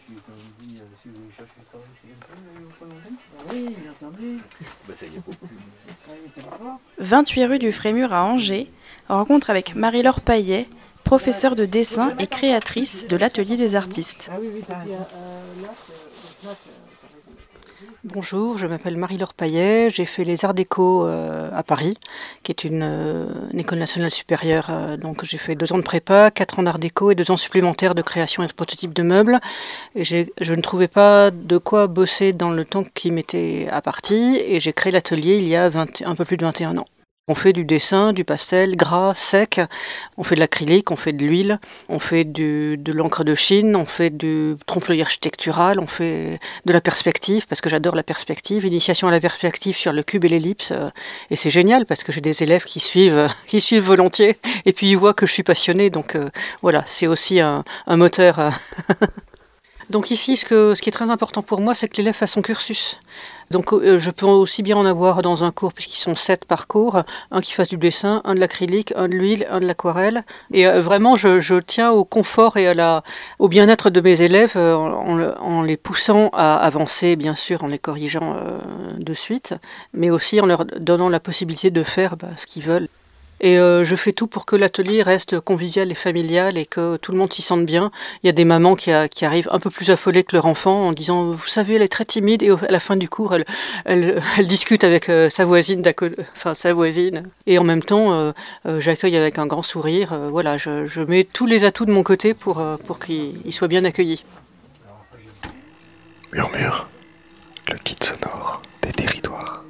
« 28 rue du Frémur à Angers, rencontre avec Marie-Laure Paillet, professeure de dessin et créatrice de l'Atelier des artistes. » Bonjour, je m'appelle Marie-Laure Paillet, j'ai fait les Arts Déco à Paris, qui est une école nationale supérieure. Donc j'ai fait 2 ans de prépa, 4 ans d'Arts Déco et 2 ans supplémentaires de création et de prototype de meubles. Et je ne trouvais pas de quoi bosser dans le temps qui m'était imparti et j'ai créé l'atelier il y a un peu plus de 21 ans. On fait du dessin, du pastel, gras, sec, on fait de l'acrylique, on fait de l'huile, on fait de l'encre de Chine, on fait du trompe-l'œil architectural, on fait de la perspective, parce que j'adore la perspective, initiation à la perspective sur le cube et l'ellipse, et c'est génial parce que j'ai des élèves qui suivent volontiers, et puis ils voient que je suis passionnée, donc voilà, c'est aussi un moteur. Donc ici, ce qui est très important pour moi, c'est que l'élève fasse son cursus. Donc je peux aussi bien en avoir dans un cours, puisqu'ils sont 7 par cours, un qui fasse du dessin, un de l'acrylique, un de l'huile, un de l'aquarelle. Et vraiment, je tiens au confort et au bien-être de mes élèves en les poussant à avancer, bien sûr, en les corrigeant de suite, mais aussi en leur donnant la possibilité de faire ce qu'ils veulent. Et je fais tout pour que l'atelier reste convivial et familial et que tout le monde s'y sente bien. Il y a des mamans qui arrivent un peu plus affolées que leur enfant en disant « Vous savez, elle est très timide » et à la fin du cours, elle discute avec sa voisine, sa voisine. Et en même temps, j'accueille avec un grand sourire. Voilà, je mets tous les atouts de mon côté pour qu'ils soient bien accueillis. Murmure, le guide sonore des territoires.